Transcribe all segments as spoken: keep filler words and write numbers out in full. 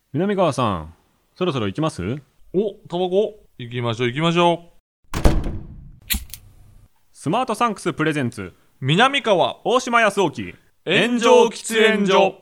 南川さん、そろそろ行きます？ お、タバコ行きましょう行きましょスマートサンクスプレゼンツう。南川大島康沖炎上喫煙所。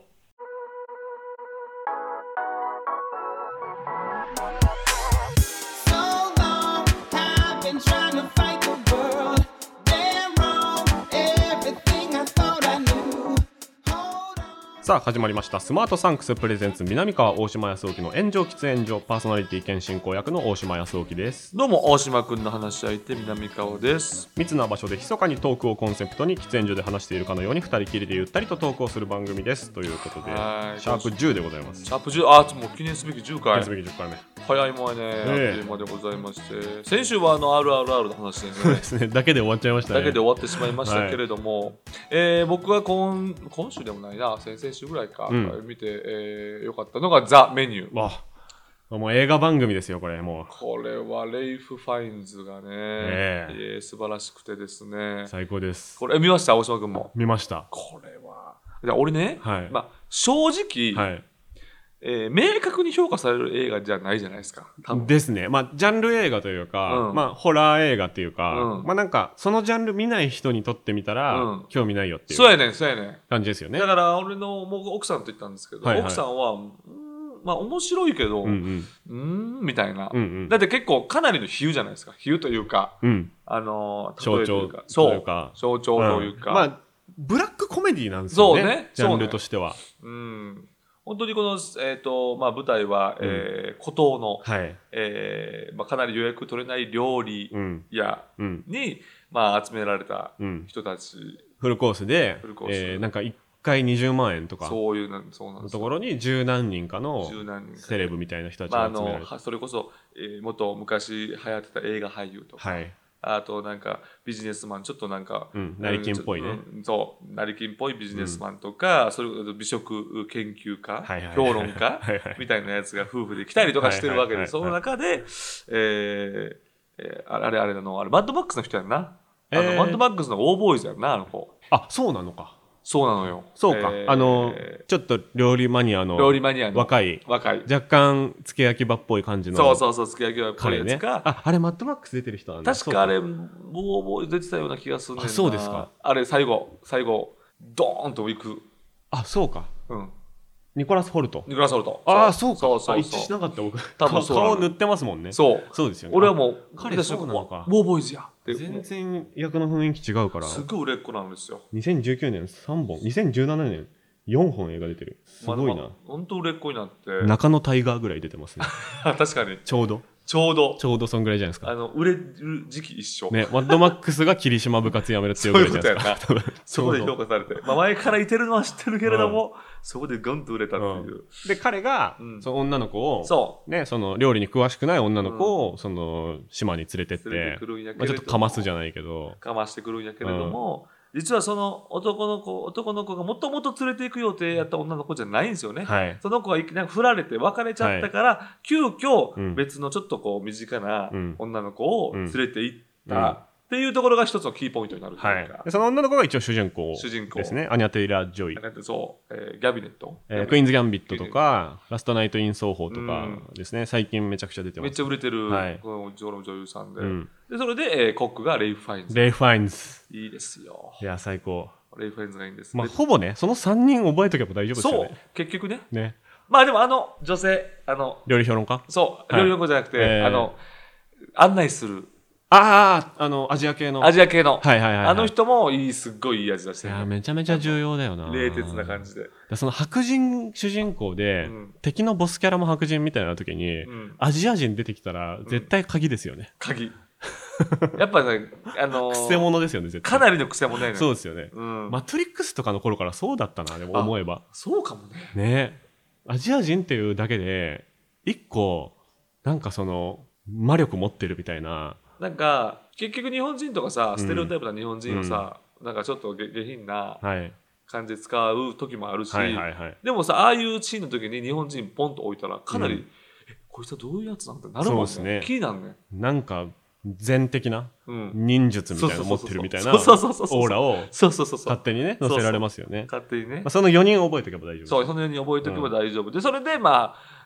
さあ始まりましたスマートサンクスプレゼンツ南川大島康沖の炎上喫煙所、パーソナリティ兼進行役の大島康沖です。 どうも大島くんの話し相手南川です。 密な場所で密かにトークをコンセプトに喫煙所で話しているかのようにふたりきりでゆったりとトークをする番組ですということで、 はいシャープじゅうでございます。 シャープじゅう、あ、もう記念すべきじゅっかい。 記念すべきじゅっかいめ。 早いもんね、 ええあっという間でございまして、先週はあの アールアールアール の話でねそうですね、だけで終わっちゃいましたね。 だけで終わってしまいましたけれども、はい、えー、僕は今今週でもないな、先々週ぐらいか、うん、見て、えー、よかったのがザ・メニュー。 わもう映画番組ですよこれ。もうこれはレイフ・ファインズがね、えーえー、素晴らしくてですね、 最高です。 これ見ました？大島君も見ました。 これは俺ね、 はい、 まあ、正直、はい、えー、明確に評価される映画じゃないじゃないですか。多分ですね。まあジャンル映画というか、うん、まあホラー映画っていうか、うん、まあなんかそのジャンル見ない人にとってみたら、うん、興味ないよっていうそうやねんそうやねん感じですよね。 だから俺のもう奥さんと言ったんですけど、はいはい、奥さんはまあ面白いけど、うんうん、うーんみたいな、うんうん、だって結構かなりの比喩じゃないですか。比喩というか、うん、あの象徴というか、象徴というか、 うん、まあブラックコメディなんですよね。そうね、ジャンルとしては。 う、ね、うん本当にこの、えーとまあ、舞台は、うんえー、孤島の、はいえーまあ、かなり予約取れない料理屋に、うんまあ、集められた人たち、うん、 フルコースでフルコース、えー、なんかいっかいにじゅうまんえんとかそういうそうなんですのところに十何人かのセレブみたいな人たちが集められて、 まあ、あのそれこそ、えー、元昔流行ってた映画俳優とか、はいあとなんかビジネスマンちょっとなんか、 うん、成金っぽいね、 うん、そう成金っぽいビジネスマンとか、うん、それこそ美食研究家、はいはいはい、評論家はいはいみたいなやつが夫婦で来たりとかしてるわけで、その中で、えーえー、あれあれのあれマッドマックスの人やんな、あの、えー、マッドマックスのオーボーイズやんなあの子。 あ、そうなのか。 そうなのよ。 そうか、えー、あのちょっと料理マニアの料理マニアの若い若い若干つけ焼き場っぽい感じのそうそうそうつけ焼き場っぽいやつか、 ね、あ, あれマッドマックス出てる人なんだ。 確かあれボーボー出てたような気がするねんな。 あそうですか。 あれ最後最後ドーンと行く。 あそうか、うんニコラス・ホルト。 ニコラス・ホルト。 ああそうか。そうそうそう一致しなかった僕。多分そう顔塗ってますもんね。 そうそうですよね。 俺はもう彼そうなのか。 ウォーボーイズや。 全然役の雰囲気違うから。 すごい売れっ子なんですよ。 にせんじゅうきゅうねんさんぼん、にせんじゅうななねんよんほん映画出てる。すごいな。 本当売れっ子になって。 中野タイガーぐらい出てますね。 確かに。 ちょうど。 ちょうど。 ちょうどそんぐらいじゃないですか。 あの売れる時期一緒。 ね、マッドマックスが霧島部活やめるっていうぐらいじゃないですか。 そういうことやな。そこで評価されて。まあ前からいてるのは知ってるけれども、うん、そこでガンと売れたっていう。うん、 で彼が、うん、その女の子を、そうね、その料理に詳しくない女の子を、うん、その島に連れてって、連れてくるんやけれども、まあ、ちょっとかますじゃないけど、 かましてくるんやけれども。うん実はその男の子男の子がもともと連れていく予定やった女の子じゃないんですよね、はい、その子がいきなり振られて別れちゃったから、はい、急遽別のちょっとこう身近な女の子を連れて行ったっていうところが一つのキーポイントになるというか、 はい、その女の子が一応主人公ですね。アニャ・テイラー・ジョイ、 そう、えー、ギャビネット、 えー、クイーンズ・ギャンビットとかラストナイト・イン・ソーホーとかですね、最近めちゃくちゃ出てます。 めっちゃ売れてる、はい、この女優さんで、うん、でそれで、えー、コックがレイフ・ファインズ。 レイフ・ファインズいいですよ。 いや最高。 レイフ・ファインズがいいんです、 まあ、ほぼねそのさんにん覚えとけば大丈夫ですよね。 そう結局 ね, ねまあでもあの女性あの料理評論家そう、はい、料理評論家じゃなくて、えー、あの案内するあああのアジア系のアジア系の、 はいはいはいはい、 あの人もいいすっごいいい味出してる。 いやめちゃめちゃ重要だよな。 冷徹な感じで。 その白人主人公で、うん、敵のボスキャラも白人みたいな時に、うん、アジア人出てきたら絶対鍵ですよね、 うん、鍵やっぱね、あのー、 クセ者ですよね絶対。 かなりのクセ者だよね。 そうですよね、うん、マトリックスとかの頃からそうだったな。でも思えばそうかもね。 ねアジア人っていうだけで一個なんかその魔力持ってるみたいな。 なんか結局日本人とかさステレオタイプな日本人をさ、うん、なんかちょっと下品な感じで使う時もあるし、はいはいはい、でもさああいうシーンの時に日本人ポンと置いたらかなり、うん、えこいつはどういうやつなんてなるもんね。そうですね。気になるね。 なんか禅的な忍術みたいなの持ってるみたいなオーラを勝手にね乗せられますよね。 勝手にね、 まあ、そのよにん覚えておけば大丈夫。 そうそのよにん覚えておけば大丈夫、うん、でそれでまあ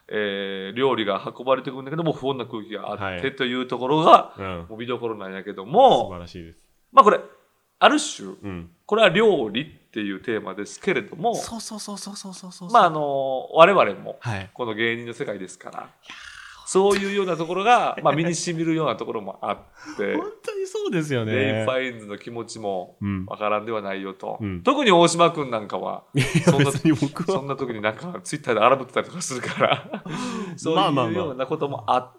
えー、料理が運ばれてくるんだけども不穏な空気があって、はい、というところが、うん、もう見どころなんやけども素晴らしいです。 まあこれある種、うん、これは料理っていうテーマですけれどもそうそうそうそうそうそうそうまああの我々もこの芸人の世界ですから、はい、そういうようなところが、まあ、身に染みるようなところもあって本当にそうですよね。 レイ・ファインズの気持ちもわからんではないよと、うん、特に大島君なんかはそんなそんな時になんかツイッターで荒ぶってたりとかするからそういうようなこともあって、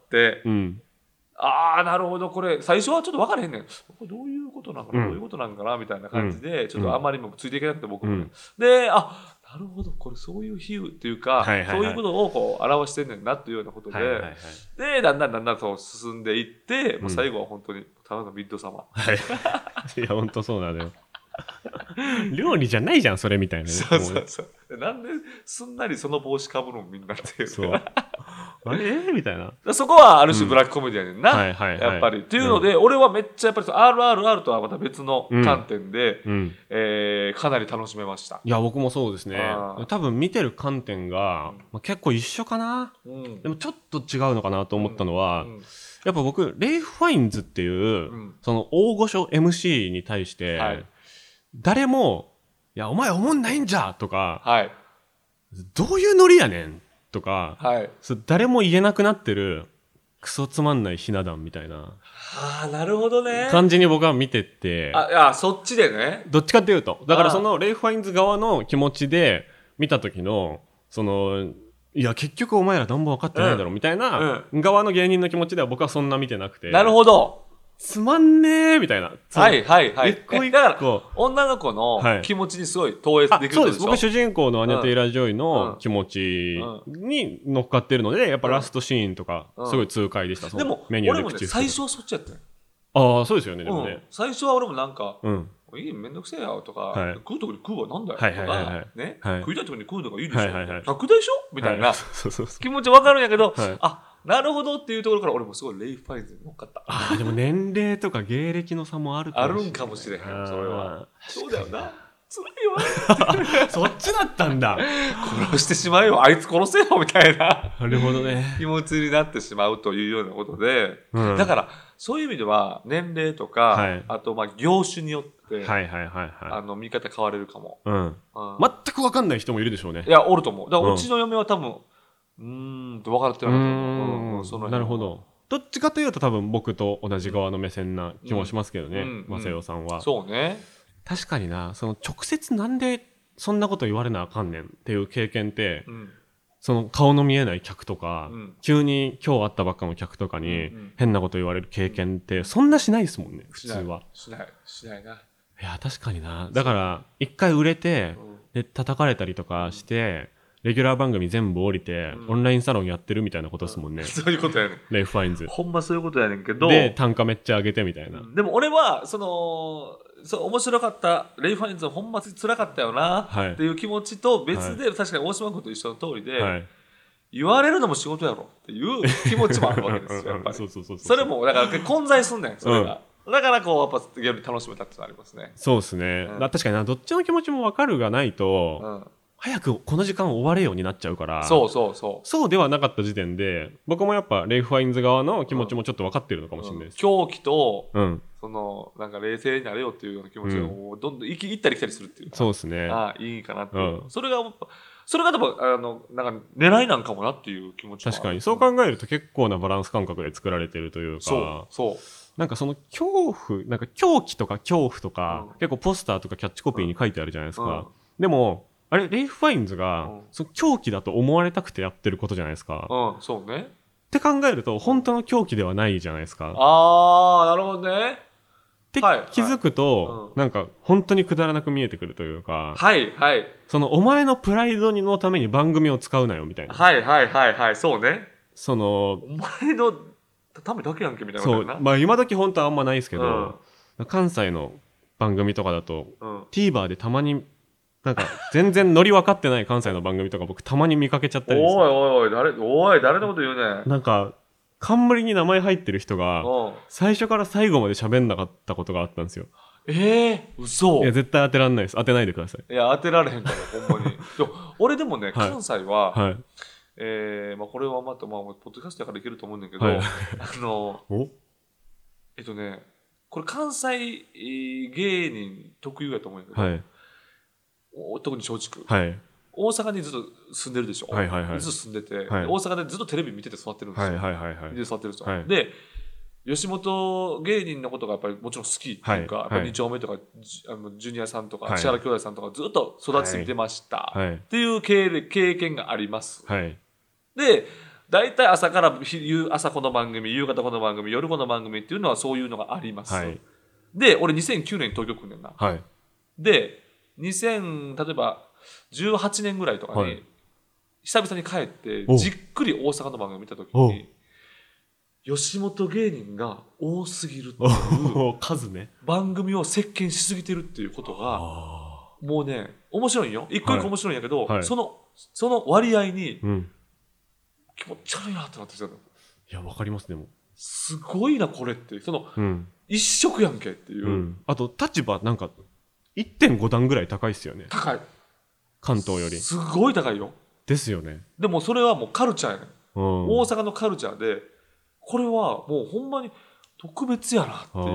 まあまあまあ、うんああなるほどこれ最初はちょっと分からへんねんこれどういうことなんかな、うん、どういうことなんかなみたいな感じで、うん、ちょっとあまりにもついていけなくて僕も、うん、であなるほどこれそういう比喩っていうか、はいはいはい、そういうことをこう表してんねんなというようなことで、はいはいはい、でだんだんだんだんそう進んでいって、うん、もう最後は本当にただのミッドサマー、 はい、いや本当そうなのよ料理じゃないじゃんそれみたいなね。 そうそうそうなんですんなりその帽子かぶるのみんなっていうそうあれー、みたいなそこはある種ブラックコメディやねんな、うんはいはいはい、やっぱりっていうので、うん、俺はめっちゃやっぱり アールアールアール とはまた別の観点で、うんえー、かなり楽しめました。 いや僕もそうですね。多分見てる観点が、まあ、結構一緒かな、うん、でもちょっと違うのかなと思ったのは、うんうん、やっぱ僕レイ・ファインズっていう、うん、その大御所 エムシー に対して、はい、誰もいやお前おもんないんじゃとか、はい、どういうノリやねんとか、はい、誰も言えなくなってるクソつまんないひな壇みたいなあなるほどね感じに僕は見ててあいやそっちでねどっちかっていうとだからそのレイ・ファインズ側の気持ちで見た時のそのいや結局お前ら何も分かってないだろ、うん、みたいな側の芸人の気持ちでは僕はそんな見てなくてなるほどつまんねーみたいなはいはいはい一個一個だから女の子の気持ちにすごい投影できるんでしょ、はい、そうです僕主人公のアニャ・テイラー・ジョイの気持ちに乗っかってるのでやっぱラストシーンとかすごい痛快でした、うん、 でもメニューで俺もね最初はそっちやったねああそうですよねでもね、うん、 最初は俺もなんか、うんいいめんどくせえよとか、はい、食うとこに食うはなんだよとか、はいはいはいはいねはい、食いたいとこに食うのがいいでしょ、はいはいはい、楽でしょみたいな、はい、そうそうそう気持ちわかるんやけど、はい、あなるほどっていうところから俺もすごいレイ・ファインズに乗っかったあでも年齢とか芸歴の差もあるかもしれないあるんかもしれへんそれはそうだよな辛いわそっちだったんだ殺してしまえよあいつ殺せよみたいななるほどね気持ちになってしまうというようなことで、うん、だからそういう意味では年齢とか、はい、あとまあ業種によってはいはいはいはい、あの見方変われるかも、うんうん、 全く分かんない人もいるでしょうねいやおると思うだからうちの嫁は多分うーんと分かってなかったと思う、うん、 そのなるほどどっちかというと多分僕と同じ側の目線な気もしますけどね、うんうん、正代さんはそうね確かになその直接なんでそんなこと言われなあかんねんっていう経験って、うん、その顔の見えない客とか、うん、急に今日会ったばっかの客とかに変なこと言われる経験ってそんなしないですもんね普通はしないしないないや確かになだから一回売れて、うん、で叩かれたりとかして、うん、レギュラー番組全部降りて、うん、オンラインサロンやってるみたいなことですもんね、うん、 そういうことやねんレイ・ファインズほんまそういうことやねんけどで単価めっちゃ上げてみたいな、 うん、でも俺はそのそう面白かったレイ・ファインズはほんま辛かったよな、はい、っていう気持ちと別で、はい、確かに大島君と一緒の通りで、はい、言われるのも仕事やろっていう気持ちもあるわけですよやっぱりそうそうそうそうそれもだから混在すんねんそれが、うん、だからこうやっぱより楽しめたってのありますねそうですね、うん、確かになどっちの気持ちも分かるがないと、うん早くこの時間終われようになっちゃうからそうそうそうそうではなかった時点で僕もやっぱレイ・ファインズ側の気持ちもちょっと分かってるのかもしれないです、 うん、狂気と、うん、そのなんか冷静になれよっていうような気持ちがもうどんどん行ったり来たりするっていうかそうですねああいいかなっていう、うん、それがそれが多分あのなんか狙いなんかもなっていう気持ちも確かにそう考えると結構なバランス感覚で作られてるというかそうそうなんかその恐怖なんか狂気とか恐怖とか、うん、結構ポスターとかキャッチコピーに書いてあるじゃないですか、うん、でもあれレイ・ファインズが、うん、その狂気だと思われたくてやってることじゃないですか。 うん、そうね。 って考えると本当の狂気ではないじゃないですか。 あー、なるほどね。 って気づくと、はいはい、なんか本当にくだらなく見えてくるというか、 はいはい。 そのお前のプライドのために番組を使うなよみたいな。 はいはいはいはい、そうね。 そのお前のためだけやんけみたいなことやな。 そう、まあ今時本当はあんまないですけど、うん、関西の番組とかだと、うん、TVer でたまになんか全然ノリ分かってない関西の番組とか僕たまに見かけちゃったりしておいおいおい誰おい誰のこと言うねなんか冠に名前入ってる人が最初から最後まで喋んなかったことがあったんですよ。 えー、嘘。 いや絶対当てらんないです。当てないでください。 いや当てられへんからほんまに俺でもね、はい、関西は、はいえーまあ、これはまた、まあ、ポッドキャストやからいけると思うんだけど、はい、あのえっとねこれ関西芸人特有やと思うんだけど、はい、特に松竹、はい、大阪にずっと住んでるでしょ、はいはいはい、ずっと住んでて、はい、大阪でずっとテレビ見てて育ってるんですよ、はいはいはいはい、見て育ってるんですよ、はい、で吉本芸人のことがやっぱりもちろん好きっていうか、はい、やっぱに丁目とかあのジュニアさんとか千原兄弟さんとかずっと育てて見てました、はい、っていう経, 経験があります、はい、で大体朝から朝この番組夕方この番組夜この番組っていうのはそういうのがあります、はい、で俺にせんきゅうねんに東京来んねんな、はい、でにせん例えばじゅうはちねんぐらいとかに、はい、久々に帰ってじっくり大阪の番組見た時に吉本芸人が多すぎるっていう数ね番組を席巻しすぎてるっていうことがもうね面白いんよ一個一個面白いんやけど、はいはい、そのその割合に、うん、気持ち悪いなってなってきたの。いやわかりますでもすごいなこれってその、うん、一色やんけっていう、うん、 あと立場なんか いってんご 段ぐらい高いっすよね。 高い関東よりすごい高いよ。 ですよね。 でもそれはもうカルチャーやね、うん、大阪のカルチャーでこれはもうほんまに特別やなっていう。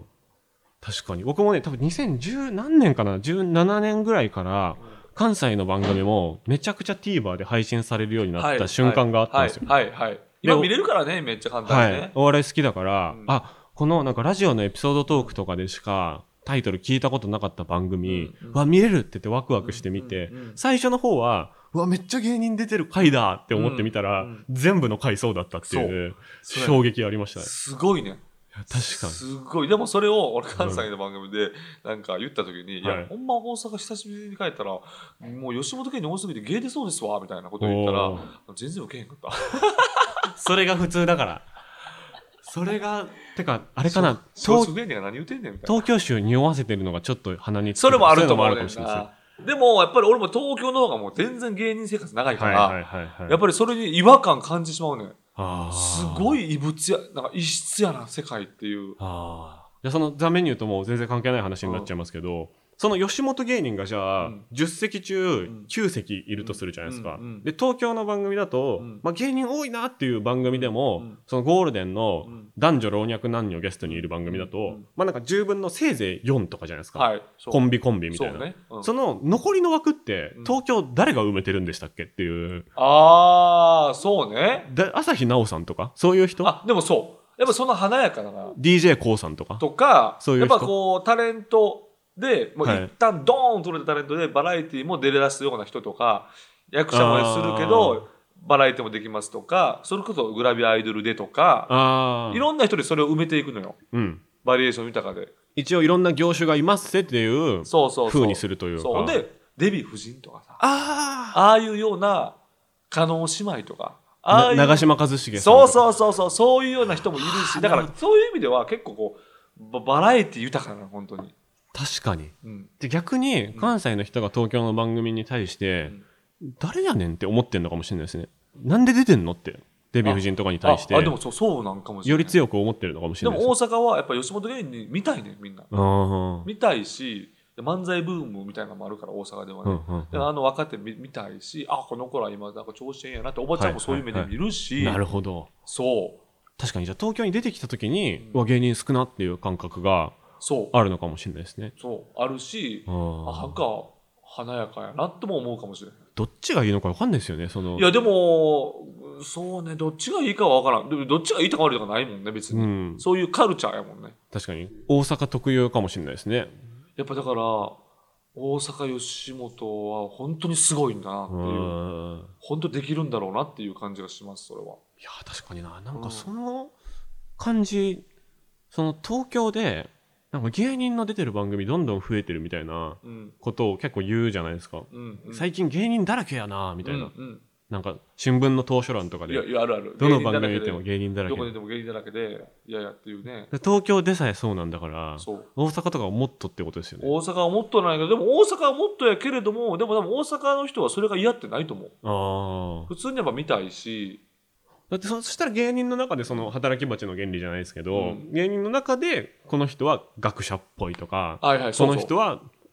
確かに僕もね多分にせんじゅう何年かなじゅうななねんぐらいから関西の番組もめちゃくちゃ TVer で配信されるようになった瞬間があったんですよ。 はいはいはいはい、今見れるからねめっちゃ簡単にね、はい、 お笑い好きだから、うん、あこのなんかラジオのエピソードトークとかでしかタイトル聞いたことなかった番組、うんうん、わ見れるって言ってワクワクしてみて、うんうんうん、最初の方はうわめっちゃ芸人出てる回だって思ってみたら、うんうん、全部の回そうだったっていう衝撃ありましたね。 すごいね。 確かにすごい。でもそれを俺関西の番組でなんか言った時に、うん、いや、はい、ほんま大阪久しぶりに帰ったらもう吉本芸人多すぎて芸出そうですわみたいなことを言ったら全然受けへんかったそれが普通だからそれがてかあれかな東京芸人が何言ってんねんみたいな東京州に匂わせてるのがちょっと鼻につくそれもあると思うねんな。でもやっぱり俺も東京の方がもう全然芸人生活長いから、はいはいはいはい、やっぱりそれに違和感感じてしまうねん。すごい異物やなんか異質やな世界っていう。 あじゃあそのザ・メニューとも全然関係ない話になっちゃいますけど、うん、その吉本芸人がじゃあ、うん、じゅっ席中きゅう席いるとするじゃないですか、うんうん、で東京の番組だと、うんまあ、芸人多いなっていう番組でも、うん、そのゴールデンの男女老若男女ゲストにいる番組だと、うんまあ、なんかじゅうぶんのせいぜいよんとかじゃないですか、はい、コンビコンビみたいな そ,、ねうん、その残りの枠って東京誰が埋めてるんでしたっけっていう、うん、 ああそうね朝日奈央さんとかそういう人あでもそうやっぱその華やかなディージェー コウさんとかとかそういう人やっぱこうタレントでもう一旦ドーン取れたタレントでバラエティも出れ出すような人とか役者もするけどバラエティもできますとかそれこそグラビアアイドルでとかいろんな人でそれを埋めていくのよ、うん、バリエーション豊かで一応いろんな業種がいますっていう風にするというかそうでデヴィ夫人とかさ あ, ああいうような加納姉妹とかああいう長嶋一茂さんそうそうそうそうそういうような人もいるしだからそういう意味では結構こうバラエティ豊かな本当に確かに、うん、で逆に関西の人が東京の番組に対して、うん、誰やねんって思ってんのかもしれないですね。なんで出てんのってデヴィ夫人とかに対してああでもそうそうなんかもしれないより強く思ってるのかもしれないでも大阪はやっぱ吉本芸人見たいねみんな見たいし漫才ブームみたいなのもあるから大阪ではね、うんうんうん、あの若手 見, 見たいしあこの頃は今なんか調子いいんやなっておばちゃんもそういう目で見るし、 はいはいはい、なるほどそう確かにじゃあ東京に出てきた時に、うん、芸人少なっていう感覚がそうあるのかもしれないですね。 そうあるしあなんか華やかやなっても思うかもしれない。 どっちがいいのか分かんないですよねそのいやでもそうねどっちがいいかは分からんでもどっちがいいとか悪いとかないもんね別に、うん、そういうカルチャーやもんね。 確かに大阪特有かもしれないですね。 やっぱだから大阪吉本は本当にすごいんだなっていう本当できるんだろうなっていう感じがしますそれは。 いや確かにななんかその感じ、うん、その東京でなんか芸人の出てる番組どんどん増えてるみたいなことを結構言うじゃないですか、うんうん、最近芸人だらけやなみたいな、うんうん、なんか新聞の投書欄とかでいやいやあるあるどの番組見ても芸人だらけどこでも芸人だらけでいやいやっていうね。 東京でさえそうなんだから大阪とかはもっとってことですよね。 大阪はもっとないけどでも大阪はもっとやけれどもでもでも大阪の人はそれが嫌ってないと思う。あ普通にやっぱ見たいしだってそしたら芸人の中でその働き蜂の原理じゃないですけど、うん、芸人の中でこの人は学者っぽいとか、はいはい、そうそうこの人は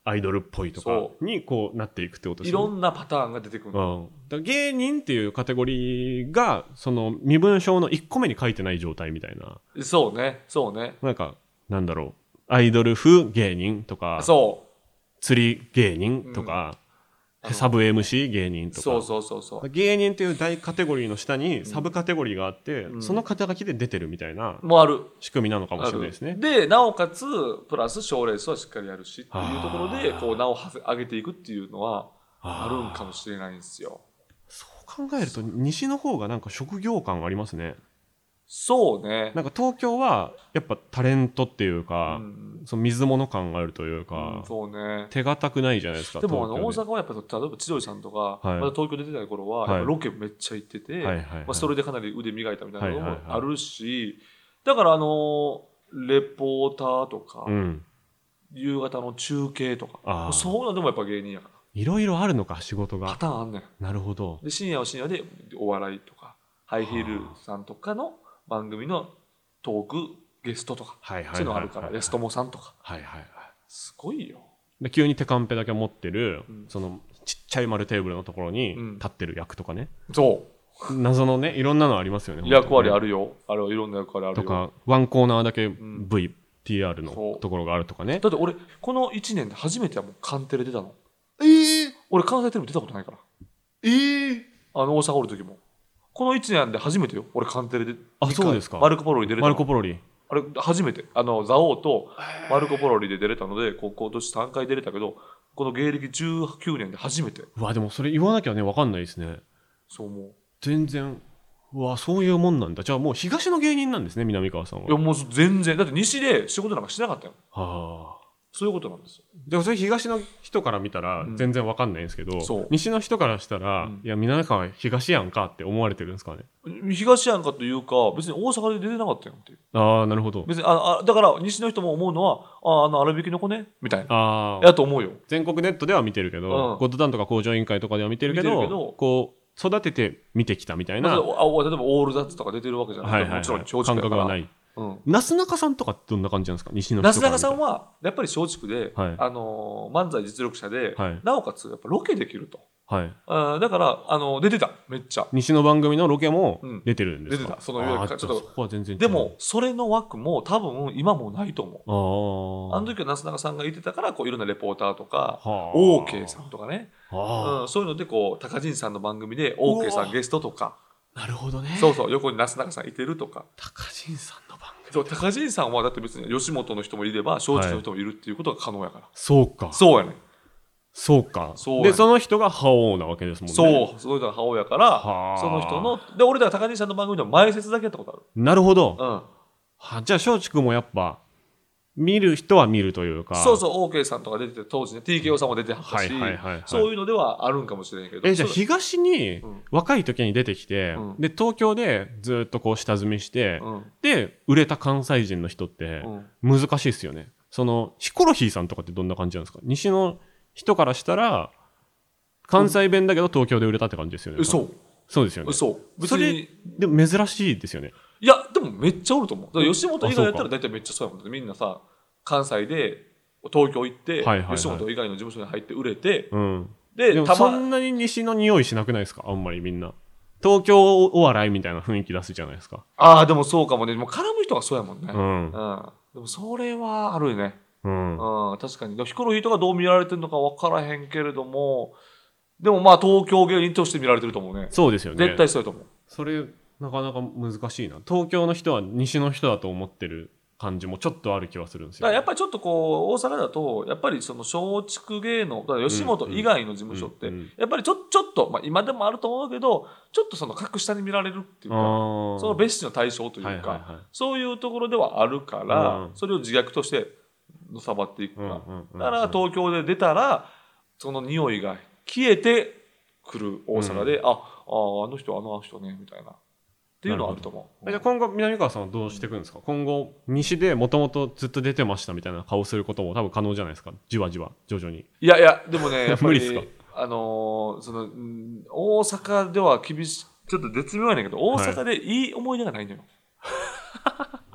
アイドルっぽいとかにこうなっていくってことですね。いろんなパターンが出てくる、うん、 だ芸人っていうカテゴリーがその身分証のいっこめに書いてない状態みたいな。 そうねそうね。 なんかなんだろう、アイドル風芸人とか、 そう釣り芸人とか、うん、サブ エムシー 芸人とか、 そうそうそうそう、 芸人っていう大カテゴリーの下にサブカテゴリーがあって、うん、その肩書きで出てるみたいなもある仕組みなのかもしれないですね。 でなおかつプラス賞レースはしっかりやるしっていうところでこう名を上げていくっていうのはあるんかもしれないんですよ。 そう考えると西の方がなんか職業感ありますね。 そうね。 なんか東京はやっぱタレントっていうか、うん、その水物感があるというか、うん、そうね、手堅くないじゃないですか。 でもあの大阪はやっぱ例えば千鳥さんとか、はい、まだ東京出てた頃はやっぱロケめっちゃ行ってて、はいまあ、それでかなり腕磨いたみたいなのもあるし、はいはいはい、だからあのレポーターとか、うん、夕方の中継とかそういうのでもやっぱ芸人やからいろいろあるのか仕事がパターンあんねん。 なるほど。 で深夜は深夜でお笑いとかハイヒールさんとかの番組のトークゲストとか、はいはいはいはい、そういうのあるから安友さんとか、はいはいはい、すごいよ。 で急にテカンペだけ持ってる、うん、そのちっちゃい丸テーブルのところに立ってる役とかね、 うん、そう謎のねいろんなのありますよね。 役割あるよ。あれはいろんな役割あるよとかワンコーナーだけ ブイティーアール のところがあるとかね。 だって俺このいちねんで初めてはもうカンテレ出たの。えー、俺関西テレビ出たことないから。えー、あの大阪おる時もこのいちねんで初めてよ俺カンテレで。 あ、そうですか。 マルコポロリ出れたの。 マルコポロリあれ初めてあのザオとマルコポロリで出れたのでこ今年さんかい出れたけどこの芸歴じゅうきゅうねんで初めて。 うわでもそれ言わなきゃね分かんないですね。 そう思う。 全然うわそういうもんなんだ。じゃあもう東の芸人なんですね南川さんは。 いやもう全然だって西で仕事なんかしなかったよ。はあ。そういうことなんですよ。 でもそれ東の人から見たら全然わかんないんですけど、うん、西の人からしたら、うん、いや南川東やんかって思われてるんですかね。 東やんかというか別に大阪で出てなかったよっていう。 ああなるほど。 別にああだから西の人も思うのはああの荒引きの子ねみたいなあやと思うよ。 全国ネットでは見てるけど、うん、ゴッドタンとか工場委員会とかでは見てるけど、けどこう育てて見てきたみたいな、まあ、例えばオールザッツとか出てるわけじゃない、はいはいはい、もちろん松竹だから感覚はない。 うん、なすなかさんとかってどんな感じなんですか西の人なすなかさんはやっぱり松竹で、はいあのー、漫才実力者で、はい、なおかつやっぱロケできると、はい、あだからあの出てためっちゃ西の番組のロケも出てるんですか、 うん、出てたそのちょっとそこは全然違う。でもそれの枠も多分今もうないと思う。ああの時はなすなかさんがいてたからこういろんなレポーターとか オーケー さんとかね、うん、そういうのでこう高陣さんの番組で オーケー さんゲストとか。 なるほどね。 そうそう横になすなかさんいてるとか。 高陣さんの番組。 そう高陣さんはだって別に吉本の人もいれば松竹の人もいるっていうことが可能やから。はい、 そうか。 そうやね。 そうか。そうでその人が覇王なわけですもんね。 そうその人が覇王やからその人ので俺ら高陣さんの番組でも前説だけやったことある。 なるほど。うん。はじゃあ松竹もやっぱ。見る人は見るというかそうそう オーケー さんとか出てて当時ね ティーケーオー さんも出てはったし、はいはいはいはい、そういうのではあるんかもしれないけどえじゃあ東に若い時に出てきて、うん、で東京でずっとこう下積みして、うん、で売れた関西人の人って難しいですよね。そのヒコロヒーさんとかってどんな感じなんですか。西の人からしたら関西弁だけど東京で売れたって感じですよね。 そうそうですよね。 そう別にでも珍しいですよね。 いやでもめっちゃおると思う。だから吉本以外やったら大体めっちゃそうやもんね。みんなさ関西で東京行って、はいはいはい、吉本以外の事務所に入って売れて、うん、 ででもそんなに西の匂いしなくないですか。あんまりみんな東京お笑いみたいな雰囲気出すじゃないですか。 ああでもそうかもね。もう絡む人がそうやもんね、うんうん、でもそれはあるよね、うんうん、確かにヒコロヒーとかどう見られてるのか分からへんけれどもでもまあ東京芸人として見られてると思うね。 そうですよね。 絶対そうやと思う。 それなかなか難しいな。東京の人は西の人だと思ってる感じもちょっとある気はするんですよ、ね、 だからやっぱりちょっとこう大阪だとやっぱりその松竹芸能だから吉本以外の事務所ってやっぱりちょちょっと、まあ、今でもあると思うけどちょっとその格下に見られるっていうかその蔑視の対象というか、はいはいはい、そういうところではあるからそれを自虐としてのさばっていくか、だから東京で出たらその匂いが消えてくる大阪で、うん、あああの人あの人ねみたいなっていうのはあると思う。 じゃあ今後南川さんはどうしていくんですか。今後西でもともとずっと出てましたみたいな顔することも多分可能じゃないですか。じわじわ徐々に。 いやいやでもねやっぱり無理ですか。 あのー、そのうん大阪では厳しいちょっと絶妙やねんけど大阪でいい思い出がないのよ、はい、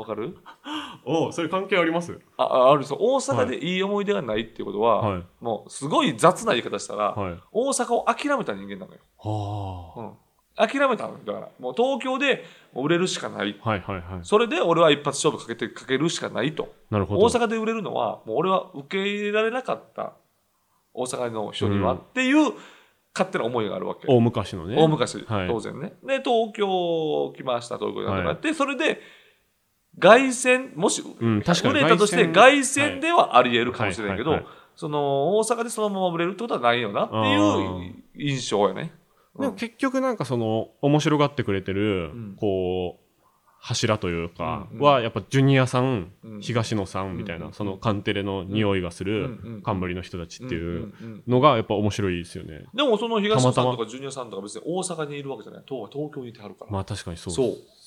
わかる？ お、それ関係あります？ あ、ある。そう、大阪でいい思い出がないっていうことは、はい、もうすごい雑な言い方したら、はい、大阪を諦めた人間なのよ。はあ、うん、諦めたのだからもう東京で売れるしかない、はいはいはい、それで俺は一発勝負かけてかけるしかないと。なるほど。大阪で売れるのはもう俺は受け入れられなかった大阪の人には、うん、っていう勝手な思いがあるわけ。 大昔のね。 大昔、はい、当然ね。で東京来ました、東京になって、はい、それで凱旋、もし、うん、売れたとして凱旋ではあり得るかもしれないけど、はいはいはいはい、その大阪でそのまま売れるってことはないよなっていう印象よね。 でも結局なんかその面白がってくれてる、うん、こう柱というかはやっぱジュニアさん、うん、東野さんみたいな、うん、そのカンテレの匂いがする冠の人たちっていうのがやっぱ面白いですよね。 でもその東野さんとかジュニアさんとか別に大阪にいるわけじゃない。東京にいてはるから。 まあ確かにそうです。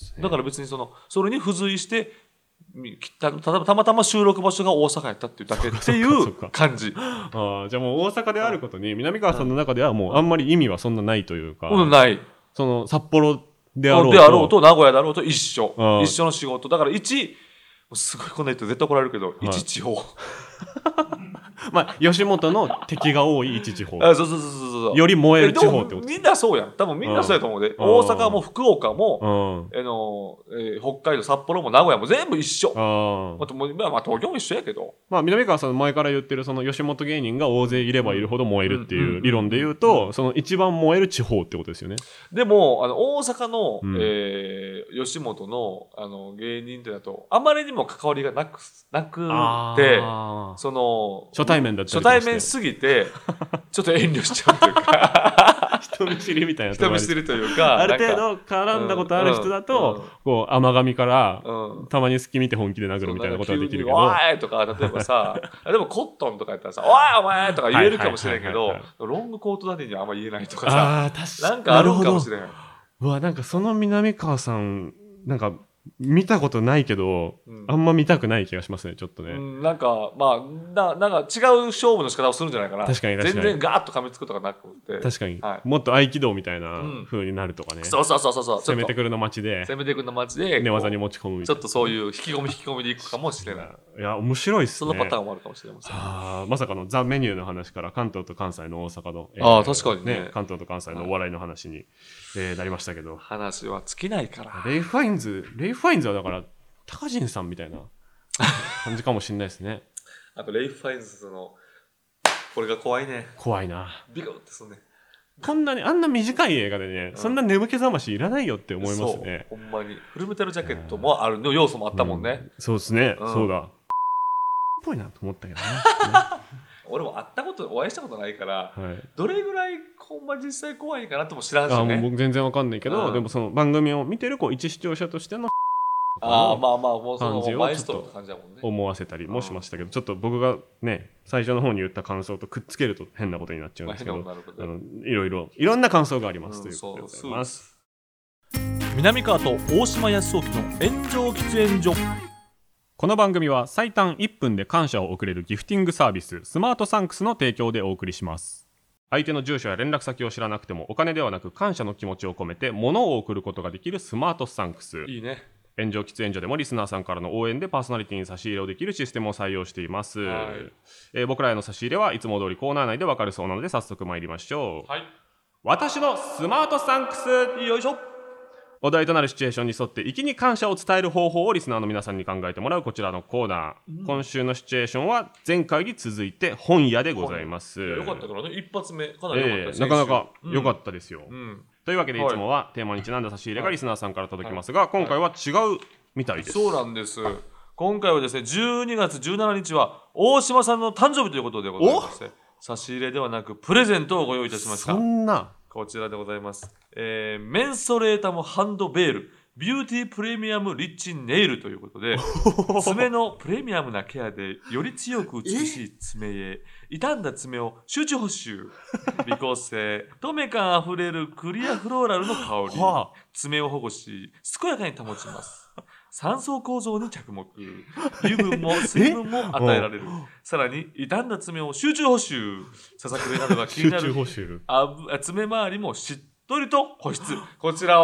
そう。だから別にそのそれに付随してた, た, たまたま収録場所が大阪やったっていうだけっていう感じ。 あ、じゃあもう大阪であることに南川さんの中ではもうあんまり意味はそんなないというか、 うん、ない。 その札幌であろうとであろうと名古屋であろうと一緒一緒の仕事だから一すごいこんな人絶対怒られるけど、はい、一地方まあ吉本の敵が多い一地方。 あ、そうそうそうそうより燃える地方ってこと。 みんなそうやん。多分みんなそうやと思うで。大阪も福岡も、あの、えー、北海道札幌も名古屋も全部一緒。ああともまあ東京も一緒やけど。 まあ南川さん前から言ってるその吉本芸人が大勢いればいるほど燃えるっていう理論で言うと、その一番燃える地方ってことですよね。 でもあの大阪の、うん、えー、吉本のあの芸人ってだとあまりにも関わりがなくなくて、その初対面だったりとかして初対面すぎてちょっと遠慮しちゃうというか人見知りみたいな人見知りというかある程度絡んだことある人だと、うんうん、こう甘噛みから、うん、たまに隙見て本気で殴るみたいなことはできるけど、 おーいとか例えばさでもコットンとかやったらさおいお前とか言えるかもしれんけどロングコートダディにはあんま言えないとかさ、あ確かなんかあるかもしれん。 うわ、なんかその南川さんなんか見たことないけど、うん、あんま見たくない気がしますね、ちょっとね。 うん、なんか、まあな、なんか違う勝負の仕方をするんじゃないかな。 確かに確かに。 全然ガーッと噛みつくとかなくて。 確かに。はい、もっと合気道みたいな風になるとかね。 うん、そうそうそうそう。 攻めてくるの街で。 攻めてくるの街で。 寝技に持ち込むみたいな。 ちょっとそういう引き込み引き込みでいくかもしれない。 いや、面白いっすね。 そのパターンもあるかもしれません。 あまさかのザ・メニューの話から関東と関西の大阪の。 えー、ああ、確かにね。 ね関東と関西のお笑いの話に、えー、なりましたけど。 話は尽きないから。 レイ・ファインズ、レイ・ファインズはだから、高人さんみたいな感じかもしれないですね。 あとレイ・ファインズのこれが怖いね。 怖いな。 ビクッてすんね。 こんなにあんな短い映画でね、うん、そんな眠気覚ましいらないよって思いますね。 そうほんまにフルメタルジャケットもあるの要素もあったもんね。 うん、そうですね、うん、そうだ。っぽいなと思ったけどね。 俺も会ったことお会いしたことないから、はい、どれぐらいほんま実際怖いかなとも知らんしね。あもう僕全然わかんないけど、うん、でもその番組を見てるこう一視聴者としてのああまあまあもうそのマイストって感じだもんね。 思わせたりもしましたけど、ちょっと僕がね最初の方に言った感想とくっつけると変なことになっちゃうんですけど、まあ、あのいろいろいろんな感想があります、うん、ということでございます。 南川と大島康雄の炎上喫煙所。 この番組は最短いっぷんで感謝を送れるギフティングサービススマートサンクスの提供でお送りします。相手の住所や連絡先を知らなくてもお金ではなく感謝の気持ちを込めて物を送ることができるスマートサンクス。 いいね。 炎上喫煙所でもリスナーさんからの応援でパーソナリティに差し入れをできるシステムを採用しています、はいえー、僕らへの差し入れはいつも通りコーナー内でわかるそうなので早速参りましょう、はい、私のスマートサンクス。 よいしょ。 お題となるシチュエーションに沿って粋に感謝を伝える方法をリスナーの皆さんに考えてもらうこちらのコーナー、うん、今週のシチュエーションは前回に続いて本屋でございます。 よかったからね一発目かなり良かったです、 えー、なかなか良かったですよ、うんうん、というわけでいつもはテーマにちなんだ差し入れがリスナーさんから届きますが、はい、今回は違うみたいです。 そうなんです。今回はですねじゅうにがつじゅうしちにちは大島さんの誕生日ということでございまして差し入れではなくプレゼントをご用意いたしました。 そんなこちらでございます、えー、メンソレータムハンドベールビューティープレミアムリッチネイルということで爪のプレミアムなケアでより強く美しい爪へ傷んだ爪を集中補修美香性透明感あふれるクリアフローラルの香り爪を保護し健やかに保ちます。さん層構造に着目油分も水分も与えられる。さらに傷んだ爪を集中補修ささくれなどが気になるあ爪周りもしっとりと保湿。こちらを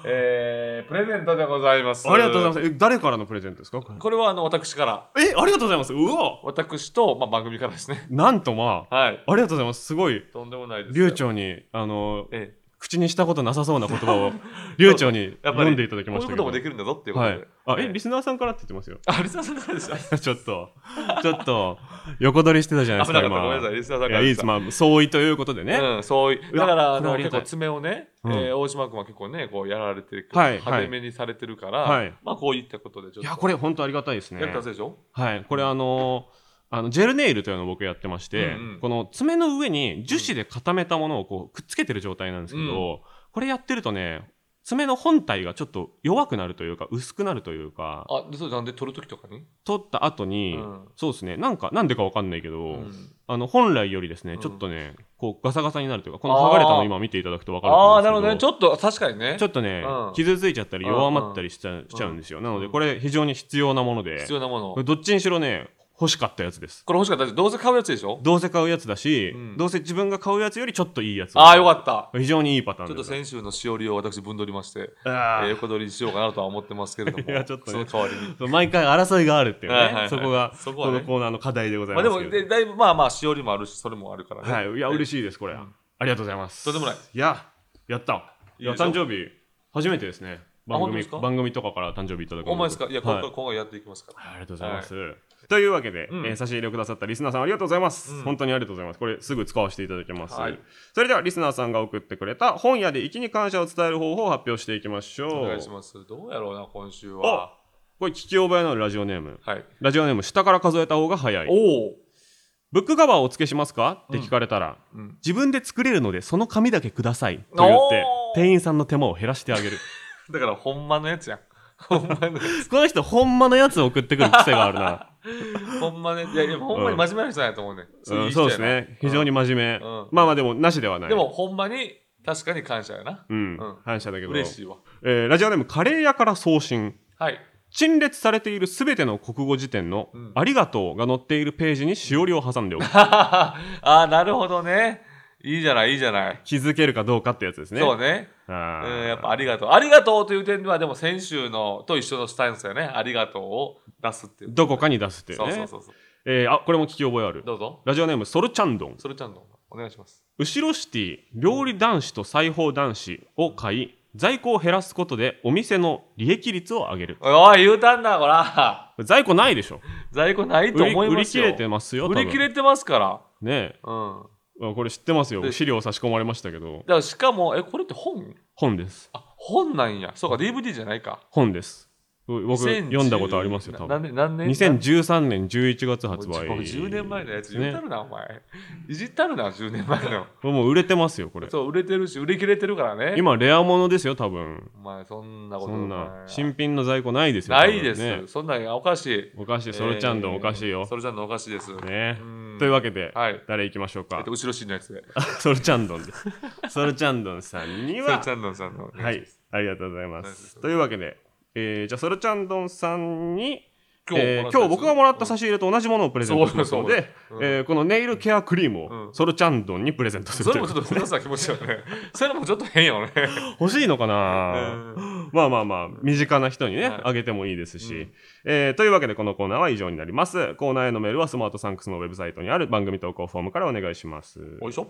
えー、プレゼントでございます。 ありがとうございます。え、誰からのプレゼントですか？ これはあの私から。 え、ありがとうございます。うわ、 私と、まあ、番組からですね。 なんとまあ、はい、ありがとうございます。すごい。 とんでもないです。 流暢にあの、ええ、口にしたことなさそうな言葉を流暢に読んでいただきましたけど。 こういうこともできるんだぞっていうことで。はい、 あ、え、リスナーさんからって言ってますよ。 あ、リスナーさんからですか？ ちょっと、ちょっと、横取りしてたじゃないですか、今。 ごめんなさい、リスナーさんから。 いや、いいです。まあ、相違ということでね。 うん、相違。だから、あの、結構爪をね、うん、えー、大島君は結構ね、こうやられてる、はい、派手めにされてるから、はい、まあ、こういったことでちょっと。 いや、これ本当ありがたいですね。 やったせでしょ？ はい。これあのー、あのジェルネイルというのを僕やってまして、うんうん、この爪の上に樹脂で固めたものをこうくっつけてる状態なんですけど、うん、これやってるとね、爪の本体がちょっと弱くなるというか薄くなるというか。 あ、でそれなんで取るときとかに取った後に、うん、そうですね、なんかなんでかわかんないけど、うん、あの本来よりですね、ちょっとね、こうガサガサになるというか、この剥がれたのを今見ていただくとわかると思うんですけど、 ああ、なるほどね、ちょっと確かにね、 ちょっとね、うん、傷ついちゃったり弱まったりしちゃう、うん、しちゃうんですよ。なのでこれ非常に必要なもので、 必要なもの、 これどっちにしろね、欲しかったやつです。 これ欲しかったやつ、どうせ買うやつでしょ？ どうせ買うやつだし、うん、どうせ自分が買うやつよりちょっといいやつ。 ああ、よかった。 非常にいいパターンです。ちょっと先週のしおりを私分取りまして、えー、横取りしようかなとは思ってますけれども、 いやちょっと、ね、 その代わりに毎回争いがあるっていうね、はいはいはい、そこがそこは、ね、 このコーナーの課題でございますけど。 まあ、でもでだいぶまあまあしおりもあるし、それもあるからね。 はい、いや嬉しいですこれ、うん、ありがとうございます。 とんでもない。 いややった。いや誕生日初めてですね。番組番組とかから誕生日いただくの。 お前ですか？いや、はい、今後やっていきますから。 ありがとうございます。はい、というわけで、うんえー、差し入れをくださったリスナーさんありがとうございます、うん、本当にありがとうございます。これすぐ使わせていただきます、はい、それではリスナーさんが送ってくれた本屋で粋に感謝を伝える方法を発表していきましょう。 お願いします。どうやろうな今週は。 これ聞き覚えのあるラジオネーム、はい、ラジオネーム下から数えた方が早い。おブックカバーをお付けしますかって聞かれたら、うんうん、自分で作れるのでその紙だけくださいと言って店員さんの手間を減らしてあげる。 だからほんまのやつやん。ほんまのやつ。 この人ほんまのやつを送ってくる癖があるな。 ほんまね、いやいやほんまに真面目な人だと思うね、 うんうん、そうですね、非常に真面目、うん、まあまあでもなしではない。 でもほんまに確かに感謝やな。 うん、うん、感謝だけど嬉しいわ。 えー、ラジオネームカレー屋から送信。はい。陳列されているすべての国語辞典の、うん、ありがとうが載っているページにしおりを挟んでおく。 ああ、なるほどね。いいじゃないいいじゃない。 気づけるかどうかってやつですね。 そうね。あうんやっぱありがとうありがとうという点ではでも先週のと一緒のスタイルですよね。ありがとうを出すっていう。 どこかに出すっていうね。そうそうそうそう。えー、あこれも聞き覚えある。 どうぞ。 ラジオネームソルチャンドン。 ソルチャンドンお願いします。 後ろシティ料理男子と裁縫男子を買い在庫を減らすことでお店の利益率を上げる。 おい言うたんだこら。 在庫ないでしょ。 在庫ないと思いますよ。 売り切れてますよ。 売り切れてますからねえ。うん。これ知ってますよ。資料差し込まれましたけど。 だからしかもえこれって本？ 本です。 あ本なんや。そうか ディーブイディー じゃないか。 本です。僕読んだことありますよ多分。何年何年？にせんじゅうさんねんじゅういちがつ発売。 もうじゅうねんまえのやつ言ったるな、ね、お前。いじったるなじゅうねんまえの。 もう売れてますよこれ。 そう売れてるし売り切れてるからね。 今レアものですよ多分。 お前そんなことそんな新品の在庫ないですよ。 ないです。ね、そんなおかしい。 おかしいソルチャンドンおかしいよ。 ソルチャンドンおかしいです。 ね。というわけで、はい、誰行きましょうか。 えっと、後ろシーンのやつで。 ソルチャンドンです。ソルチャンドンさんには。 ソルチャンドンさんの。 はい、ありがとうございます。というわけで、えー、じゃあソルチャンドンさんに今日、えー、今日僕がもらった差し入れと同じものをプレゼントしますので、うんえー、このネイルケアクリームをソルチャンドンにプレゼントする。 それもちょっと複雑な気持ちよね。それもちょっと変よね。 欲しいのかな。まあまあまあ身近な人にね、はい、あげてもいいですし、うんえー、というわけでこのコーナーは以上になります。コーナーへのメールはスマートサンクスのウェブサイトにある番組投稿フォームからお願いします。 おいしょ。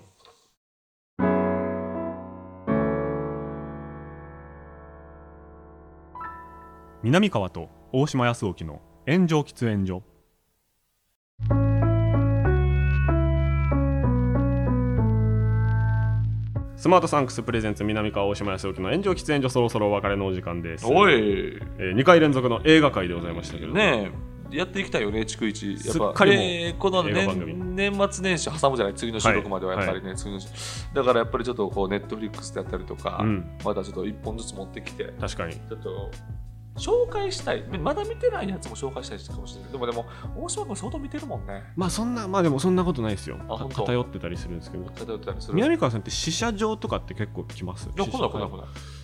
南川と大島康沖の炎上喫煙所。スマートサンクスプレゼンツ南川大島康沖の炎上喫煙所、そろそろお別れのお時間です。 おい、えー、にかい連続の映画会でございましたけどねえやっていきたいよね逐一やっぱすっかりもう、えー、この 年, 年末年始挟むじゃない次の収録まではやっぱりね、はい、次のだからやっぱりちょっとこうネットフリックスであったりとか、うん、またちょっといっぽんずつ持ってきて確かにちょっと紹介したいまだ見てないやつも紹介したいかもしれない。でもでも大島君相当見てるもんね。 まあそんなまあでもそんなことないですよ。偏ってたりするんですけど。 偏ってたりする。 南川さんって試写場とかって結構来ます？ いや来ない来ない来ない。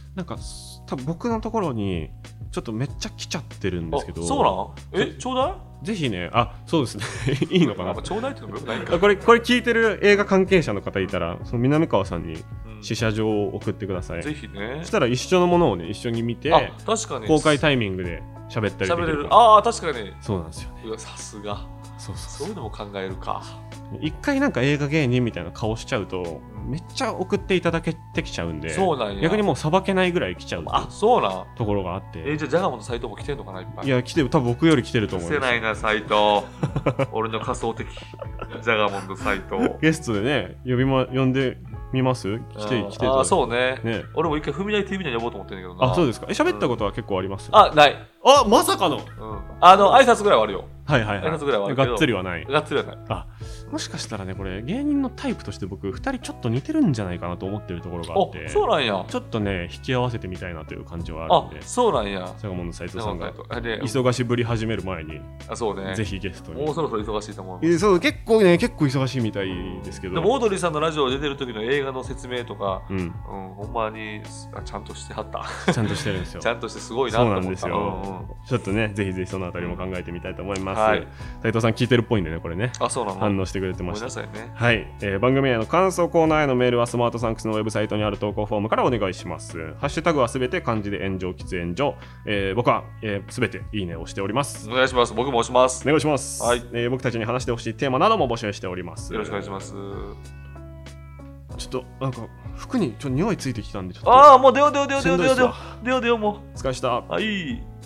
なんか多分僕のところにちょっとめっちゃ来ちゃってるんですけど。 そうなん？え、ちょうだい？ぜひね、あ、そうですねいいのかな。 ちょうだいってのもよくないか。 これこれ聞いてる映画関係者の方いたら、その南川さんに試写状を送ってください、うん、 ぜひね。 そしたら一緒のものをね一緒に見て、 あ、確かに公開タイミングで喋ったりできる。喋れる。 ああ、確かに。 そうなんですよね。 うわ、さすが。 そうそうそう。 そういうのも考えるか。 一回なんか映画芸人みたいな顔しちゃうとめっちゃ送っていただけてきちゃうんで、 そうなんや。 逆にもうさばけないぐらい来ちゃう。 あ、そうなんところがあって。 えー、じゃあジャガモンのサイトも来てんのかな、いっぱい。 いや、来てる。多分僕より来てると思う。 来てないな、サイト俺の仮想的ジャガモンのサイトゲストでね呼びま呼んでみます。来て来てああ、そうね。 ね、 俺も一回踏み台 ティーブイ に呼ぼうと思ってるんだけどな。 あ、そうですか。え、喋ったことは結構あります、 うん、あ、ない。 あ、まさかの、うん、 あの挨拶ぐらいはあるよ。 はいはいはい。 挨拶ぐらいはあるけどがっつりはない。 がっつりはない。 あ、もしかしたらね、これ芸人のタイプとして僕ふたりちょっと似てるんじゃないかなと思ってるところがあって。 そうなんや。 ちょっとね引き合わせてみたいなという感じはあるんで。 あ、そうなんや。 ジャガモンの斉藤さんが忙しぶり始める前に、 あ、そうね、 ぜひゲストに。 もうそろそろ忙しいと思う。 そう、結構ね結構忙しいみたいですけど。 でもオードリーさんのラジオ出てる時の映画の説明とか、うん、うん、ほんまにあちゃんとしてはった。 ちゃんとしてるんですよ。 ちゃんとしてすごいなと思った。そうなんですよ。 うんうん、ちょっとねぜひぜひそのあたりも考えてみたいと思います。はい、斉藤さん聞いてるっぽいんでねこれね。 あ、そうなの。 反応してくれてました。 ごめんなさいね。 はい、えー、番組への感想コーナーへのメールはスマートサンクスのウェブサイトにある投稿フォームからお願いします。ハッシュタグはすべて漢字で炎上喫煙所、えー、僕はすべ、えー、ていいねをしております。 お願いします。僕も押します。 お願いします。 はい、 えー、僕たちに話してほしいテーマなども募集しております。 よろしくお願いします。 ちょっとなんか服にちょっと匂いついてきたんでちょっと。 ああ、もう出よう出よう出よう出よう出よう出よう出ようもう。 疲れした。 はい。